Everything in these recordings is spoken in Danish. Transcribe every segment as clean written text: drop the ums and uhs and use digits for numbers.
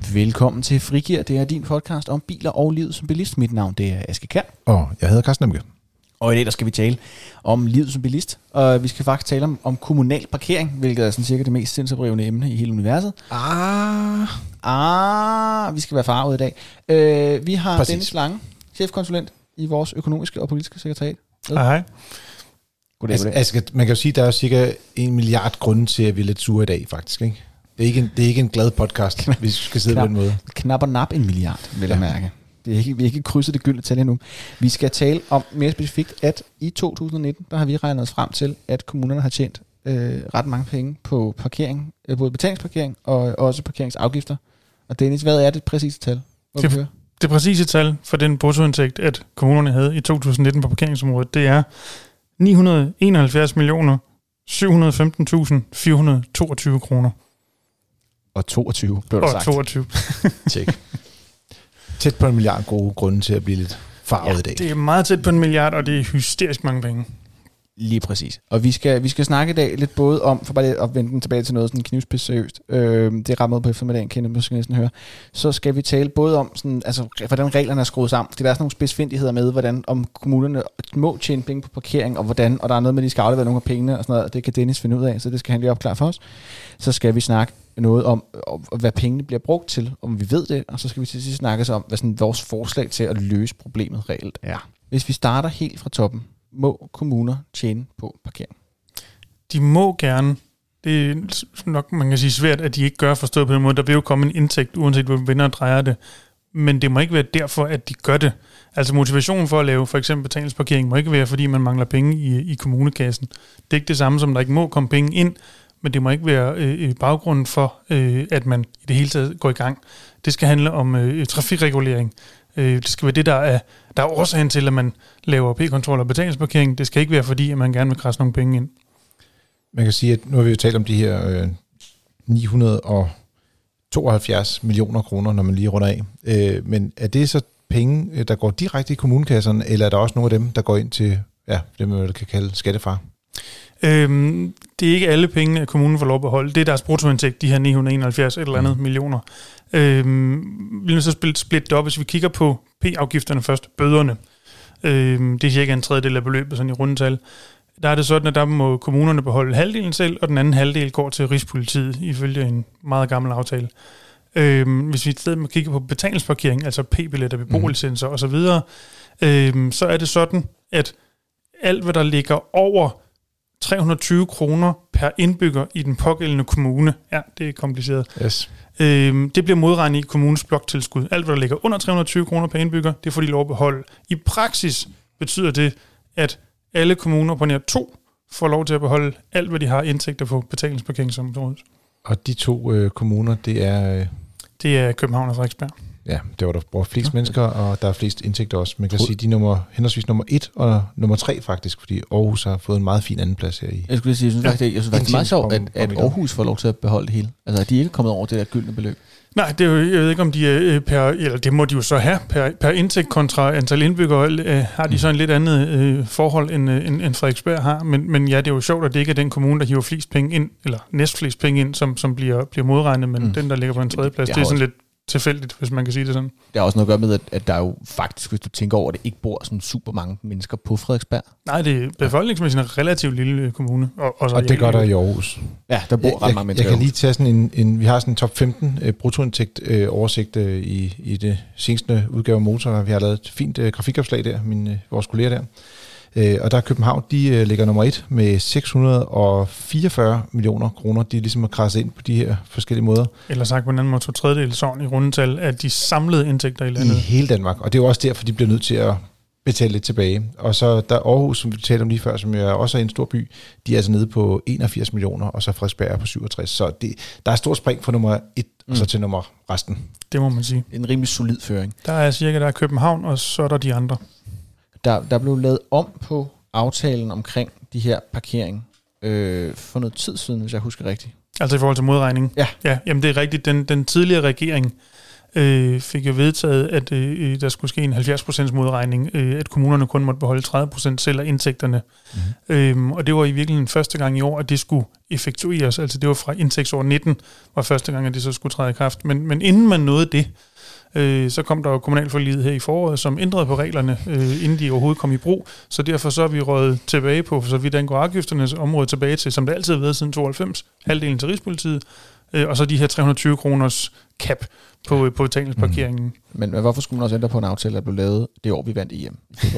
Velkommen til Frigir. Det er din podcast om biler og livet som bilist. Mit navn det er Aske Kjær. Og jeg hedder Carsten Emke. Og i dag der skal vi tale om livet som bilist. Og vi skal faktisk tale om kommunal parkering, hvilket er sådan cirka det mest sindsoprivende emne i hele universet. Vi skal være farvet i dag. Vi har Præcis. Dennis Lange, chefkonsulent i vores økonomiske og politiske sekretariat. Hej. Goddag. Altså, man kan jo sige, at der er cirka 1 milliard grunde til, at vi er lidt sure i dag, faktisk. Ikke? Det er ikke en glad podcast, hvis vi skal sidde på den måde. Knap og nap 1 milliard, vil jeg mærke. Vi har ikke krydset det gyldne tal endnu. Vi skal tale om mere specifikt, at i 2019, der har vi regnet os frem til, at kommunerne har tjent ret mange penge på parkering, både betalingsparkering og også parkeringsafgifter. Og Dennis, hvad er det præcise tal? Det præcise tal for den bruttoindtægt, at kommunerne havde i 2019 på parkeringsområdet, det er 971.715.422 kroner. Og 22, blev der sagt. 22. Tjek. Tæt på 1 milliard gode grunde til at blive lidt farvet i dag. Det er meget tæt på 1 milliard, og det er hysterisk mange penge. Lige præcis. Og vi skal snakke i dag lidt både om, for bare lidt at vende den tilbage til noget sådan knivspids seriøst. Det er rammet på eftermiddagen, kan jeg måske næsten høre. Så skal vi tale både om, sådan, altså, hvordan reglerne er skruet sammen. Det er sådan nogle spidsfindigheder med, hvordan om kommunerne må tjene penge på parkering, og hvordan, og der er noget med, de skal aflevere nogle af pengene, og sådan noget. Det kan Dennis finde ud af, så det skal han lige opklare for os. Så skal vi snakke noget om, hvad pengene bliver brugt til, om vi ved det, og så skal vi til sidst snakke om, hvad sådan vores forslag til at løse problemet reelt er. Hvis vi starter helt fra toppen, må kommuner tjene på parkering? De må gerne. Det er nok, man kan sige, svært, at de ikke gør forstået på den måde. Der vil jo komme en indtægt, uanset hvor vinder og drejer det. Men det må ikke være derfor, at de gør det. Altså motivationen for at lave for eksempel betalingsparkering må ikke være, fordi man mangler penge i kommunekassen. Det er ikke det samme som, der ikke må komme penge ind, men det må ikke være baggrunden for, at man i det hele taget går i gang. Det skal handle om trafikregulering. Det skal være det, der er årsagen til, at man laver p-kontrol og betalingsparkering. Det skal ikke være, fordi at man gerne vil krasse nogle penge ind. Man kan sige, at nu har vi jo talt om de her 972 millioner kroner, når man lige runder af. Men er det så penge, der går direkte i kommunekasserne, eller er der også nogle af dem, der går ind til det, man kan kalde skattefar? Det er ikke alle penge, at kommunen får lov at beholde. Det er deres bruttoindtægt, de her 971 eller andet millioner. Vi vil så splitte det op, hvis vi kigger på p-afgifterne først, bøderne. Det er cirka en tredjedel af beløbet, sådan i rundetal. Der er det sådan, at der må kommunerne beholde halvdelen selv, og den anden halvdel går til Rigspolitiet, ifølge en meget gammel aftale. Hvis vi i stedet kigger på betalingsparkering, altså p-billetter, beboelicenser osv., så er det sådan, at alt, hvad der ligger over 320 kroner per indbygger i den pågældende kommune. Ja, det er kompliceret. Yes. Det bliver modregnet i kommunens bloktilskud. Alt, hvad der ligger under 320 kroner per indbygger, det får de lov at beholde. I praksis betyder det, at alle kommuner på nær 2 får lov til at beholde alt, hvad de har indtægter på betalingsparkeringsområdet. Og de 2 kommuner, det er... Det er København og Frederiksberg. Ja, det var der bor flest mennesker, og der er flest indtægter også. Man kan sige, de er henholdsvis nummer 1 og nummer 3 faktisk, fordi Aarhus har fået en meget fin anden plads her i. Jeg synes faktisk, det er meget sjovt, at Aarhus får lov til at beholde det hele. Altså, de er ikke kommet over det der gyldne beløb. Nej, det er jo, jeg ved ikke, om de er eller det må de jo så have, per indtægt kontra antal indbyggere, har de så en lidt andet forhold, end Frederiksberg har. Men ja, det er jo sjovt, at det ikke er den kommune, der hiver flest penge ind, eller næstflest penge ind, som bliver modregnet, men den, der ligger på en tredje plads, det er sådan lidt tilfældigt, hvis man kan sige det sådan. Det har også noget at gøre med, at der jo faktisk, hvis du tænker over det, ikke bor sådan super mange mennesker på Frederiksberg. Nej, det er befolkningsmæssigt en relativt lille kommune. Og det gør der i Aarhus. Ja, der bor ret mange mennesker. Jeg kan lige tage sådan vi har sådan en top 15 bruttoindtægt oversigt i det seneste udgave af Motor. Vi har lavet et fint grafikopslag der, vores kolleger der. Og der er København, de ligger nummer 1 med 644 millioner kroner. De ligesom har krasset ind på de her forskellige måder. Eller sagt på en anden måde, 2/3 sådan i rundetal af de samlede indtægter i landet. I hele Danmark. Og det er jo også derfor, de bliver nødt til at betale lidt tilbage. Og så der Aarhus, som vi talte om lige før, som jo også er en stor by, de er altså nede på 81 millioner, og så Frederiksberg er på 67. Så der er stort spring fra nummer 1 og så til nummer resten. Det må man sige. En rimelig solid føring. Der er København, og så er der de andre. Der blev lavet om på aftalen omkring de her parkering for noget tid siden, hvis jeg husker rigtigt. Altså i forhold til modregning? Ja. Ja, jamen det er rigtigt. Den tidligere regering fik jo vedtaget, at der skulle ske en 70% modregning, at kommunerne kun måtte beholde 30% selv af indtægterne. Og det var i virkeligheden første gang i år, at det skulle effektueres. Altså det var fra indtægtsår 19, var første gang, at det så skulle træde i kraft. Men inden man nåede det, så kom der jo kommunalforliget her i foråret, som ændrede på reglerne, inden de overhovedet kom i brug. Så derfor så er vi røget tilbage på, så vidt angår afgifternes område tilbage til, som det altid har været siden 92, halvdelen til Rigspolitiet, og så de her 320 kroners cap på betalingsparkeringen. Men hvorfor skulle man også ændre på en aftale, der blev lavet det år, vi vandt EM?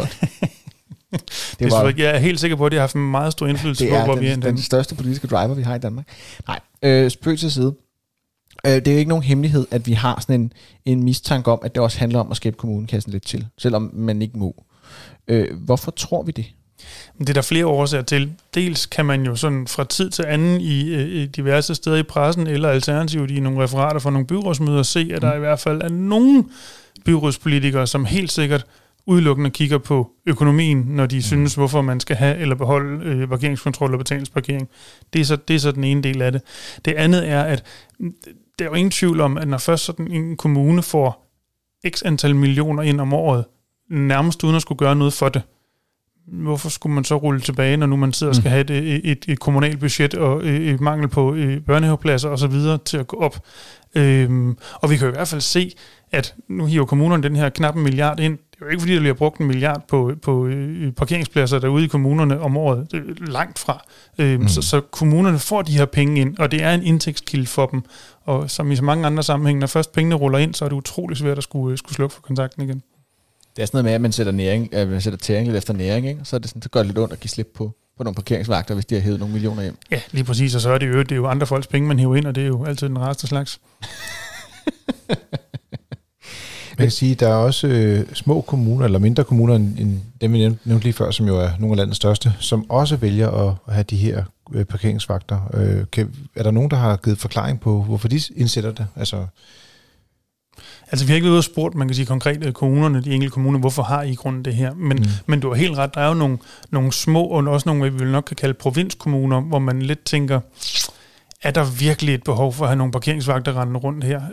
Jeg er helt sikker på, at det har haft en meget stor indflydelse på, hvor vi er. Det er den største politiske driver, vi har i Danmark. Nej, spøg til side. Det er jo ikke nogen hemmelighed, at vi har sådan en mistanke om, at det også handler om at skabe kommunekassen lidt til, selvom man ikke må. Hvorfor tror vi det? Det er der flere årsager til. Dels kan man jo sådan fra tid til anden i diverse steder i pressen, eller alternativt i nogle referater fra nogle byrådsmøder, se, at der i hvert fald er nogle byrådspolitikere, som helt sikkert udelukkende kigger på økonomien, når de synes, hvorfor man skal have eller beholde parkeringskontrol og betalingsparkering. Det er så den ene del af det. Det andet er, at der er jo ingen tvivl om, at når først sådan en kommune får x antal millioner ind om året, nærmest uden at skulle gøre noget for det, hvorfor skulle man så rulle tilbage, når nu man sidder og skal have et kommunalt budget og et mangel på børnehavepladser og så videre til at gå op? Og vi kan i hvert fald se, at nu hiver kommunerne den her knap 1 milliard ind. Det er jo ikke fordi, der bliver brugt 1 milliard på parkeringspladser derude i kommunerne om året. Det er langt fra. Så kommunerne får de her penge ind, og det er en indtægtskilde for dem. Og som i så mange andre sammenhænge, når først pengene ruller ind, så er det utroligt svært at skulle slukke for kontakten igen. Det er sådan noget med, at man sætter tæring lidt efter næring, ikke? Så er det sådan, så gør det lidt ondt at give slip på nogle parkeringsvagter, hvis de har hævet nogle millioner hjem. Ja, lige præcis, og så er det jo andre folks penge, man hiver ind, og det er jo altid den rareste slags. Man kan sige, at der er også små kommuner, eller mindre kommuner, end dem vi nævnte lige før, som jo er nogle af landets største, som også vælger at have de her parkeringsvagter. Er der nogen, der har givet forklaring på, hvorfor de indsætter det? Altså, vi har ikke været ude og spurgt, man kan sige konkret kommunerne, de enkelte kommuner, hvorfor har I i grunden det her? Men du har helt ret, der er jo nogle små, og også nogle, vi vil nok kan kalde provinskommuner, hvor man lidt tænker, er der virkelig et behov for at have nogle parkeringsvagter rendende rundt her?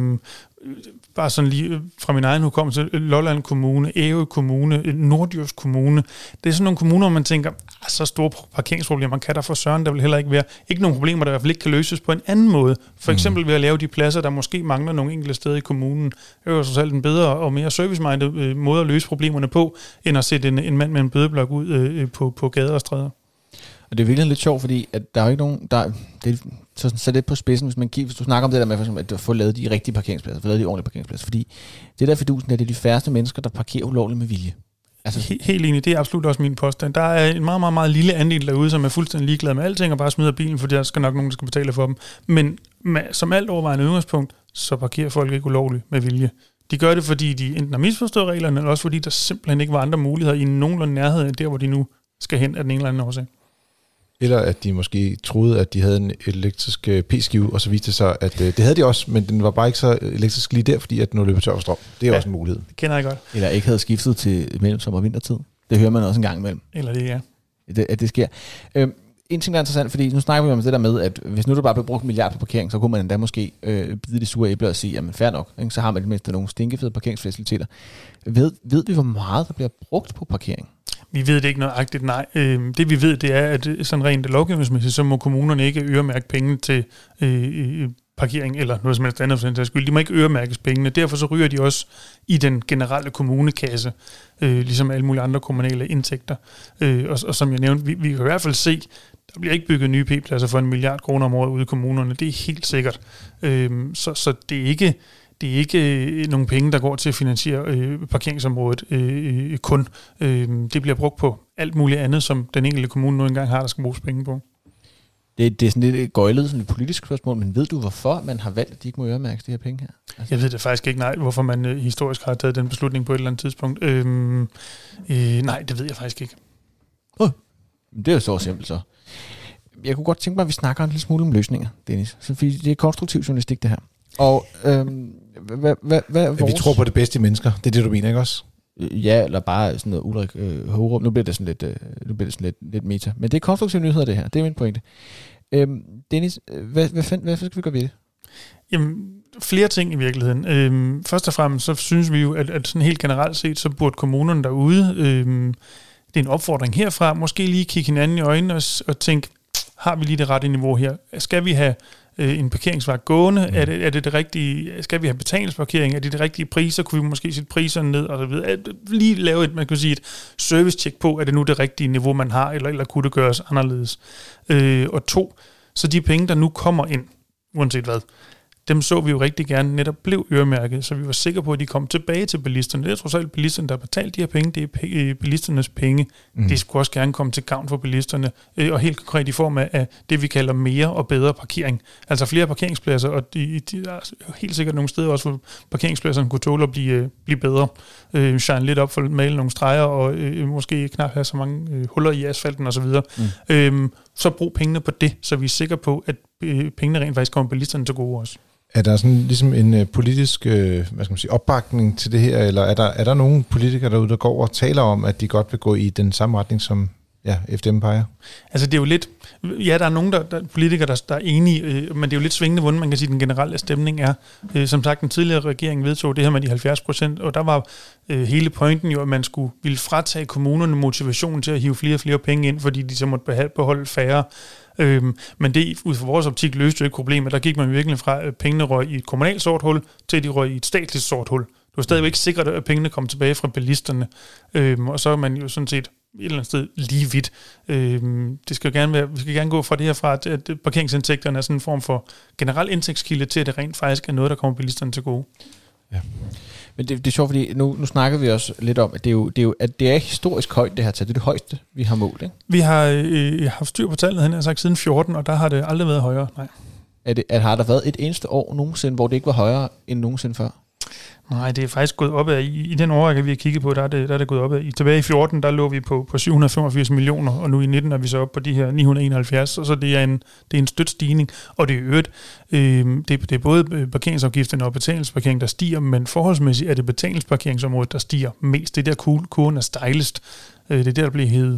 Bare sådan lige fra min egen hukommelse, Lolland Kommune, Ærø Kommune, Norddjurs Kommune. Det er sådan nogle kommuner, hvor man tænker, så store parkeringsproblemer kan der for søren, der vil heller ikke være. Ikke nogen problemer, der i hvert fald ikke kan løses på en anden måde. For eksempel ved at lave de pladser, der måske mangler nogle enkelte steder i kommunen. Det er jo så selv en bedre og mere service-minded måde at løse problemerne på, end at sætte en mand med en bødeblok ud på gader og stræder. Og det er virkelig lidt sjovt, fordi at der er jo ikke nogen, det er så lidt på spidsen, hvis du snakker om det der med, for eksempel, at få lavet de rigtige parkeringspladser, få lavet de ordentlige parkeringspladser, fordi det der fidusen er, det er de færreste mennesker, der parkerer ulovligt med vilje. Altså, helt enig, det er absolut også min påstand. Der er en meget, meget, meget lille andel derude, som er fuldstændig ligeglad med alting og bare smider bilen, fordi der skal nok nogen, der skal betale for dem. Men som alt overvejende udgangspunkt, så parkerer folk ikke ulovligt med vilje. De gør det, fordi de enten har misforstået reglerne, eller også fordi der simpelthen ikke var andre muligheder i nogenlunde nærhed af der, hvor de nu skal hen af den ene eller anden årsag. Eller at de måske troede, at de havde en elektrisk p-skive, og så viste det sig, at det havde de også, men den var bare ikke så elektrisk lige der, fordi at den var løbet tør for strøm. Det er også en mulighed. Det kender jeg godt. Eller ikke havde skiftet til mellem sommer og vintertid. Det hører man også en gang imellem. Eller det, ja. At det sker. En ting, der er interessant, fordi nu snakker vi om det der med, at hvis nu der bare blev brugt 1 milliard på parkering, så kunne man endda måske bide det sure æble og sige, jamen fair nok, ikke? Så har man det mindste nogle stinkefede parkeringsfaciliteter. Ved vi, hvor meget der bliver brugt på parkering? Vi ved det ikke nøjagtigt, nej. Det vi ved, det er, at sådan rent lovgivningsmæssigt, så må kommunerne ikke øremærke penge til parkering eller noget som helst andet for den sags skyld. De må ikke øremærkes pengene. Derfor så ryger de også i den generelle kommunekasse, ligesom alle mulige andre kommunale indtægter. Og som jeg nævnte, vi kan i hvert fald se, der bliver ikke bygget nye p-pladser for 1 milliard kroner om året ude i kommunerne. Det er helt sikkert. Så det er ikke nogle penge, der går til at finansiere parkeringsområdet kun. Det bliver brugt på alt muligt andet, som den enkelte kommune nu engang har, der skal bruges penge på. Det er sådan lidt gøjlet, sådan et politisk spørgsmål, men ved du, hvorfor man har valgt, at de ikke må øremærkes de her penge her? Altså. Jeg ved det faktisk ikke, nej, hvorfor man historisk har taget den beslutning på et eller andet tidspunkt. Nej, det ved jeg faktisk ikke. Det er jo så simpelt så. Jeg kunne godt tænke mig, at vi snakker en lille smule om løsninger, Dennis. Så det er konstruktiv journalistik, det her. Og vi tror på det bedste i mennesker. Det er det, du mener, ikke også? Ja, eller bare sådan noget Ulrik Hågerup. Nu bliver det sådan lidt meta. Men det er konstruktive nyheder, det her. Det er min pointe. Dennis, hvad skal vi gøre ved det? Jamen, flere ting i virkeligheden. Først og fremmest så synes vi jo, at sådan helt generelt set, så burde kommunerne derude, det er en opfordring herfra, måske lige kigge hinanden i øjnene og tænke, har vi lige det rette niveau her? Skal vi have en parkeringsvagt gående? Er det rigtige? Skal vi have betalingsparkering? Er det de rigtige priser? Kunne vi måske sætte priserne ned? Og så videre. Lige lave et, man kan sige, et service-check på, er det nu det rigtige niveau, man har, eller kunne det gøres anderledes? Og 2, så de penge, der nu kommer ind, uanset hvad, dem så vi jo rigtig gerne netop blev øremærket, så vi var sikre på, at de kom tilbage til bilisterne. Det er trods alt bilisterne, der har betalt de her penge. Det er bilisternes penge. De skulle også gerne komme til gavn for bilisterne, og helt konkret i form af det, vi kalder mere og bedre parkering. Altså flere parkeringspladser, og de er helt sikkert nogle steder også, hvor parkeringspladserne kunne tåle at blive bedre. Shine lidt op for at male nogle streger, og måske knap have så mange huller i asfalten osv. Så brug pengene på det, så vi er sikre på, at pengene rent faktisk kommer bilisterne til gode også. Er der sådan ligesom en politisk opbakning til det her, eller er der nogle politikere derude, der går og taler om, at de godt vil gå i den samme retning, som FDM peger? Altså det er jo lidt, der er nogen politikere, der er enige, men det er jo lidt svingende, hvordan man kan sige, den generelle stemning er. Som sagt, den tidligere regering vedtog det her med de 70%, og der var hele pointen jo, at man ville fratage kommunerne motivationen til at hive flere og flere penge ind, fordi de så måtte beholde færre. Men det ud fra vores optik løste jo ikke problemet. Der gik man virkelig fra, at pengene røg i et kommunalt sort hul, til at de røg i et statsligt sort hul. Det var stadigvæk ikke sikkert, at pengene kom tilbage fra bilisterne. Og så er man jo sådan set et eller andet sted lige vidt. Det skal gerne være, vi skal gerne gå fra det her fra, at parkeringsindtægterne er sådan en form for generel indtægtskilde til, at det rent faktisk er noget, der kommer bilisterne til gode. Ja. Men det er sjovt, fordi nu snakker vi også lidt om, at det er historisk højt, det her tal. Det er det højeste, vi har målt, ikke? Vi har haft styr på tallet, han har sagt, siden 14, og der har det aldrig været højere, nej. Har der været et eneste år nogensinde, hvor det ikke var højere end nogensinde før? Nej, det er faktisk gået opad. I den årrække, vi har kigget på, der er det gået opad. Tilbage i 14, der lå vi på 785 millioner, og nu i 19 er vi så oppe på de her 971, så det er en støt stigning, og det er øget. Det er både parkeringsafgifterne og betalingsparkering, der stiger, men forholdsmæssigt er det betalingsparkeringsområdet, der stiger mest. Det er der kurven er stejlest. Det er der bliver hævet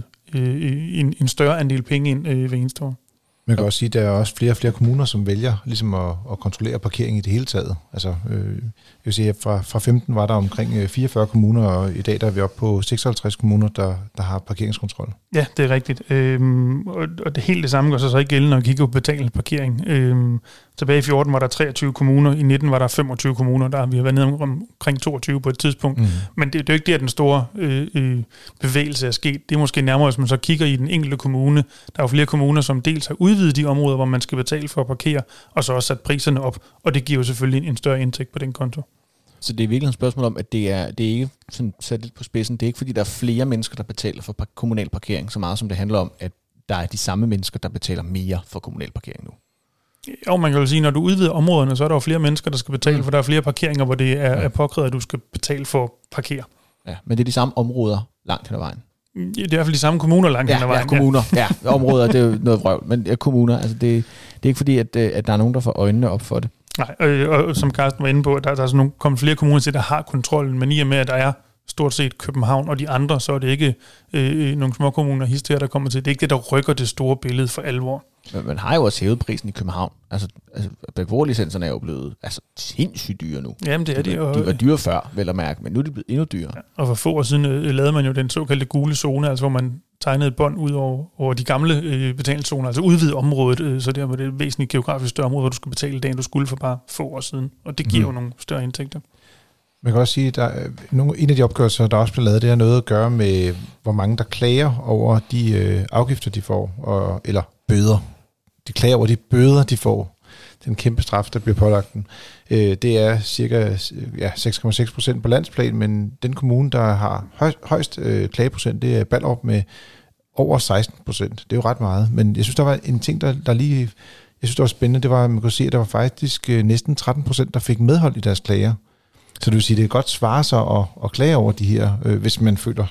en større andel penge ind ved eneste år. Man kan også sige, at der er også flere og flere kommuner, som vælger ligesom at kontrollere parkering i det hele taget. Altså, jeg vil sige, at fra 15 var der omkring 44 kommuner, og i dag der er vi oppe på 56 kommuner, der har parkeringskontrol. Ja, det er rigtigt. Og det helt det samme gør sig så ikke gældende, når vi kigger på betalende parkering. Tilbage i 14 var der 23 kommuner, i 19 var der 25 kommuner, der vi har været nede omkring 22 på et tidspunkt. Men det er jo ikke der, den store bevægelse er sket. Det er måske nærmere, hvis man så kigger i den enkelte kommune. Der er jo flere kommuner, som dels har udvidet de områder, hvor man skal betale for at parkere, og så også sat priserne op, og det giver jo selvfølgelig en større indtægt på den konto. Så det er virkelig et spørgsmål om, at det er ikke sådan sat lidt på spidsen. Det er ikke fordi, der er flere mennesker, der betaler for kommunal parkering, så meget som det handler om, at der er de samme mennesker, der betaler mere for kommunal parkering nu. Jo, man kan jo sige, når du udvider områderne, så er der jo flere mennesker, der skal betale, for der er flere parkeringer, hvor det er påkrævet, at du skal betale for at parkere. Ja, men det er de samme områder langt hen ad vejen. Det er i hvert fald de samme kommuner langt hen ad vejen. Ja, kommuner. Ja, områder, det er jo noget vrøvl, men kommuner, altså det er ikke fordi, at der er nogen, der får øjnene op for det. Nej, og som Carsten var inde på, der er sådan kommet flere kommuner til, der har kontrollen, men i og med, at der er stort set København og de andre, så er det ikke nogle små kommuner historier, der kommer til. Det er ikke det, der rykker det store billede for alvor. Men man har jo også hævet prisen i København. Altså beboerlicenserne er jo blevet sindssygt dyre nu. Jamen det er de. De var dyre før, vel at mærke, men nu er de blevet endnu dyrere. Ja, og for få år siden lavede man jo den såkaldte gule zone, altså hvor man tegnede et bånd ud over de gamle betalingszoner, altså udvide området, så der var det et væsentligt geografisk større område, hvor du skulle betale dagen, du skulle for bare få år siden. Og det giver jo nogle større indtægter. Man kan også sige, at en af de opgørelser, der også bliver lavet, det har noget at gøre med, hvor mange der klager over de afgifter, de får, eller bøder. De klager over de bøder, de får. Den kæmpe straf, der bliver pålagt dem. Det er cirka 6,6% på landsplan, men den kommune, der har højst klageprocent, det er Ballerup med over 16%. Det er jo ret meget. Men jeg synes, der var en ting, der lige... Jeg synes, det var spændende. Det var, at man kunne se, at der var faktisk næsten 13%, der fik medhold i deres klager. Så det vil sige, at det kan godt svare sig at klage over de her, hvis man føler,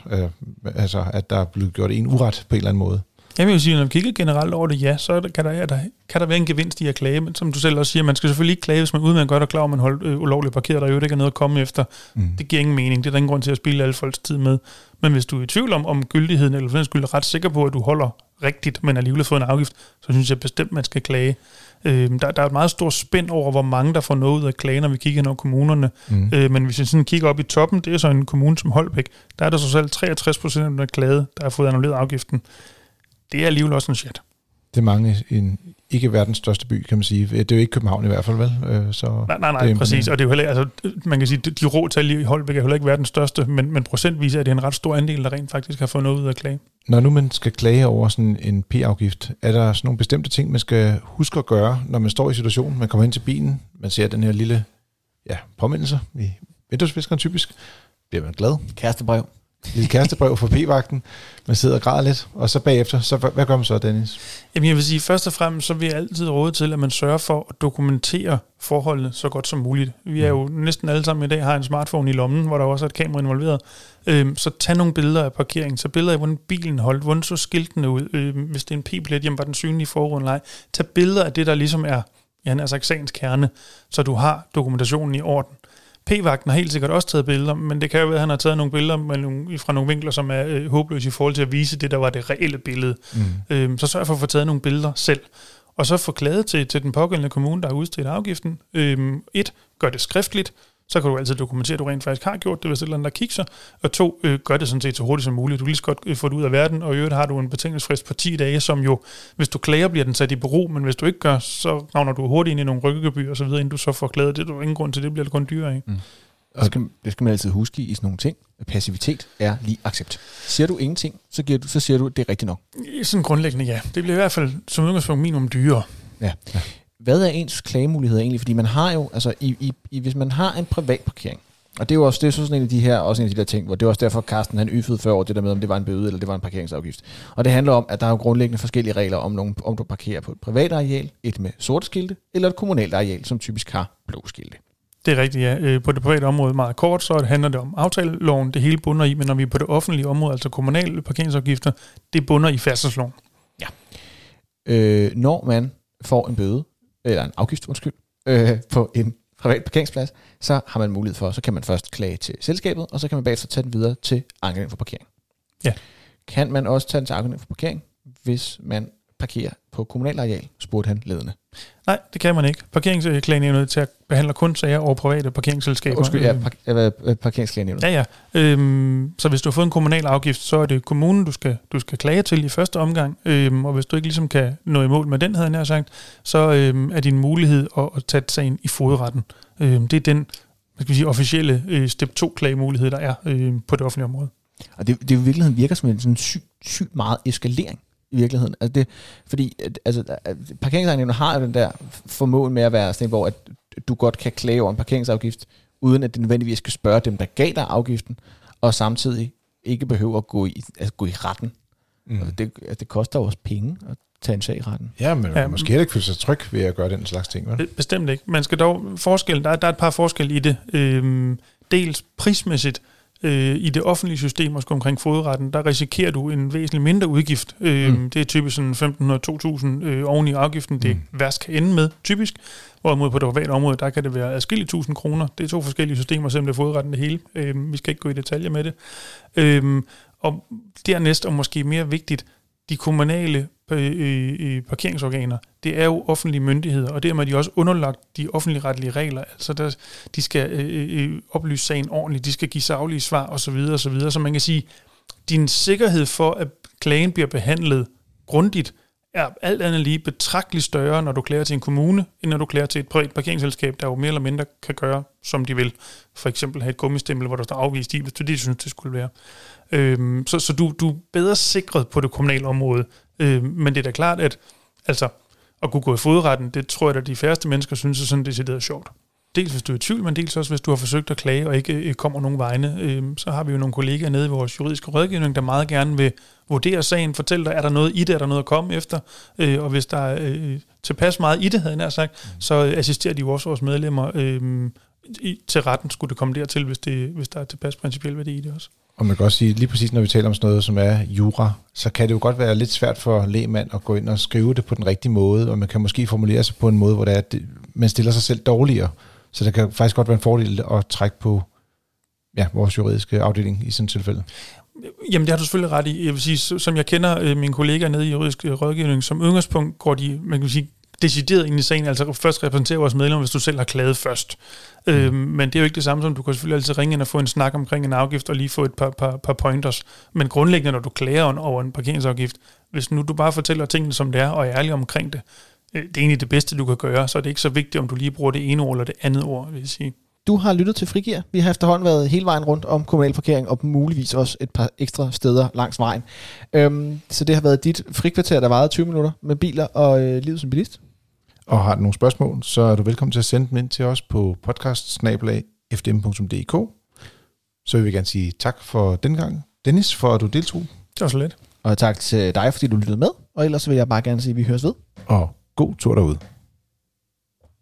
at der er blevet gjort en uret på en eller anden måde. Jeg vil sige, når vi kigger generelt over det, ja, så kan der være en gevinst i at klage, men som du selv også siger, man skal selvfølgelig ikke klage, hvis man udmærket godt er klar, at man holdt ulovligt parkeret, der jo ikke er noget at komme efter. Det giver ingen mening, det er der ingen grund til at spille alle folks tid med. Men hvis du er i tvivl om gyldigheden, eller for den skyld er ret sikker på, at du holder rigtigt, men alligevel fået en afgift, så synes jeg bestemt, man skal klage. Der er et meget stort spænd over, hvor mange der får noget ud af klage, når vi kigger ind over kommunerne. Men hvis vi sådan kigger op i toppen, det er så en kommune som Holbæk, der er der så selv 63% af der klage, der har fået annulleret afgiften. Det er alligevel også en chat. Det er mange i en ikke verdens største by, kan man sige. Det er jo ikke København i hvert fald, vel? Så nej, præcis. Og det er jo heller, altså, man kan sige, de rå tal i Holbæk er heller ikke verdens største, men procentvis er det en ret stor andel, der rent faktisk har fået noget ud af klage. Når nu man skal klage over sådan en P-afgift, er der sådan nogle bestemte ting, man skal huske at gøre, når man står i situationen? Man kommer ind til bilen, man ser den her lille påmindelse i vinduesviskeren typisk. Bliver man glad? Kærestebrev. Lille kærestebrev fra P-vagten. Man sidder og græder lidt, og så bagefter, så hvad gør man så, Dennis? Jamen jeg vil sige, først og fremmest, så vil jeg altid råde til, at man sørger for at dokumentere forholdene så godt som muligt. Vi er jo næsten alle sammen i dag har en smartphone i lommen, hvor der også er et kamera involveret. Så tag nogle billeder af parkeringen. Så billeder af, hvordan bilen holdt, hvordan så skiltene ud. Hvis det er en P-plet, jamen var den synlig i forruden eller ej. Tag billeder af det, der ligesom er, sagens kerne, så du har dokumentationen i orden. P-vagten har helt sikkert også taget billeder, men det kan jo være, at han har taget nogle billeder fra nogle vinkler, som er håbløse i forhold til at vise det, der var det reelle billede. Så sørg for at få taget nogle billeder selv. Og så få klaget til den pågældende kommune, der har udstedt afgiften. 1. Gør det skriftligt. Så kan du altid dokumentere, at du rent faktisk har gjort det, hvis et eller andet der kigger. Og 2. Gør det sådan set så hurtigt som muligt. Du kan lige så godt få det ud af verden, og i øvrigt har du en betænkningsfrist på 10 dage, som jo, hvis du klager, bliver den sat i bero, men hvis du ikke gør, så ravner du hurtigt ind i nogle rykkegebyr og så videre, inden du så får klaget. Det er der ingen grund til, det bliver det kun dyrere af. Det skal man altid huske i sådan nogle ting. Passivitet er lige accept. Siger du ingenting, så siger du, at det er rigtigt nok. Sådan grundlæggende, ja. Det bliver i hvert fald som udgangspunkt minimum dyrere. Ja. Hvad er ens klagemuligheder egentlig? Fordi man har jo, altså hvis man har en privat parkering, og det er jo også, det er sådan en af de her, også en af de der ting, hvor det er også derfor, Carsten han yfede før over det der med, om det var en bøde eller det var en parkeringsafgift. Og det handler om, at der er jo grundlæggende forskellige regler om du parkerer på et privat areal, et med sorte skilte, eller et kommunalt areal, som typisk har blå skilte. Det er rigtigt, ja. På det private område meget kort, så handler det om aftaleloven, det hele bunder i, men når vi er på det offentlige område, altså kommunale parkeringsafgifter, det bunder i færdselsloven. Ja. Når man får en bøde, eller en afgift, på en privat parkeringsplads, så har man mulighed for, så kan man først klage til selskabet, og så kan man bagefter tage den videre til ankenævnet for parkering. Ja. Kan man også tage den til ankenævnet for parkering, hvis man parkerer på kommunalt areal, spurgte han ledende. Nej, det kan man ikke. Parkeringsklagenævnet til at behandle kun sager over private parkeringsselskaber. Parkeringsklagenævnet. Ja. Så hvis du har fået en kommunal afgift, så er det kommunen, du skal klage til i første omgang. Og hvis du ikke ligesom kan nå i mål med den, havde jeg nær sagt, så er din mulighed at tage sagen i fogedretten. Det er den officielle step 2-klagemulighed, der er på det offentlige område. Og det i virkeligheden virker som en sådan sygt meget eskalering. I virkeligheden. Fordi parkeringsankenævnet har jo den der formåen med at være sådan, hvor at du godt kan klage over en parkeringsafgift, uden at det nødvendigvis skal spørge dem, der gav dig afgiften, og samtidig ikke behøver at gå i retten. Det koster jo også penge at tage en sag i retten. Ja, men man måske ikke føle sig tryg ved at gøre den slags ting, vel? Bestemt ikke. Man skal dog der er et par forskelle i det. Dels prismæssigt, i det offentlige system, måske omkring fogedretten, der risikerer du en væsentlig mindre udgift. Det er typisk sådan 1.500-2.000 oven i afgiften, det værst kan ende med, typisk. Hvorimod på det private område, der kan det være adskillige 1.000 kroner. Det er 2 forskellige systemer, selvom det er fogedretten det hele. Vi skal ikke gå i detaljer med det. Og dernæst, og måske mere vigtigt, de kommunale parkeringsorganer, det er jo offentlige myndigheder, og dermed er de også underlagt de offentlige retlige regler. Altså de skal oplyse sagen ordentligt, de skal give saglige svar osv. osv. Så man kan sige, din sikkerhed for, at klagen bliver behandlet grundigt, er alt andet lige betragteligt større, når du klager til en kommune, end når du klager til et privat parkeringsselskab, der jo mere eller mindre kan gøre, som de vil. For eksempel have et gummistempel, hvor der står afvist i, hvis du synes, det skulle være. Så du er bedre sikret på det kommunale område. Men det er da klart, at at kunne gå i fogedretten, det tror jeg, at de færreste mennesker synes er sådan decideret sjovt. Dels hvis du er i tvivl, men dels også hvis du har forsøgt at klage og ikke kommer nogen vegne. Så har vi jo nogle kollegaer nede i vores juridiske rådgivning, der meget gerne vil vurdere sagen, fortælle dig, er der noget i det, er der noget at komme efter, og hvis der er tilpas meget i det, havde jeg nær sagt, så assisterer de jo også vores medlemmer til retten, skulle det komme dertil, hvis der er tilpas principiel værdi i det også. Og man kan også sige, lige præcis når vi taler om sådan noget, som er jura, så kan det jo godt være lidt svært for lægmand at gå ind og skrive det på den rigtige måde, og man kan måske formulere sig på en måde, hvor det er, at man stiller sig selv dårligere. Så det kan faktisk godt være en fordel at trække på vores juridiske afdeling i sådan et tilfælde. Jamen, det har du selvfølgelig ret i. Jeg vil sige, som jeg kender mine kollegaer nede i juridisk rådgivning, som udgangspunkt går de, man kan sige, decideret ind i sagen, altså først repræsenterer vores medlemmer, hvis du selv har klaget først. Men det er jo ikke det samme som, du kan selvfølgelig altid ringe ind og få en snak omkring en afgift og lige få et par pointers. Men grundlæggende, når du klager over en parkeringsafgift, hvis nu du bare fortæller tingene som det er, og er ærlig omkring det, det er egentlig det bedste, du kan gøre, så er det ikke så vigtigt, om du lige bruger det ene ord eller det andet ord, vil jeg sige. Du har lyttet til Frigir. Vi har efterhånden været hele vejen rundt om kommunal parkering, og muligvis også et par ekstra steder langs vejen. Så det har været dit frikvarter, der varede 20 minutter med biler og livet som bilist. Og har du nogle spørgsmål, så er du velkommen til at sende dem ind til os på podcast@fdm.dk. Så vil vi gerne sige tak for den gang. Dennis, for at du deltog. Det var så let. Og tak til dig, fordi du lyttede med. Og ellers vil jeg bare gerne sige, at vi høres ved. Og god tur derude.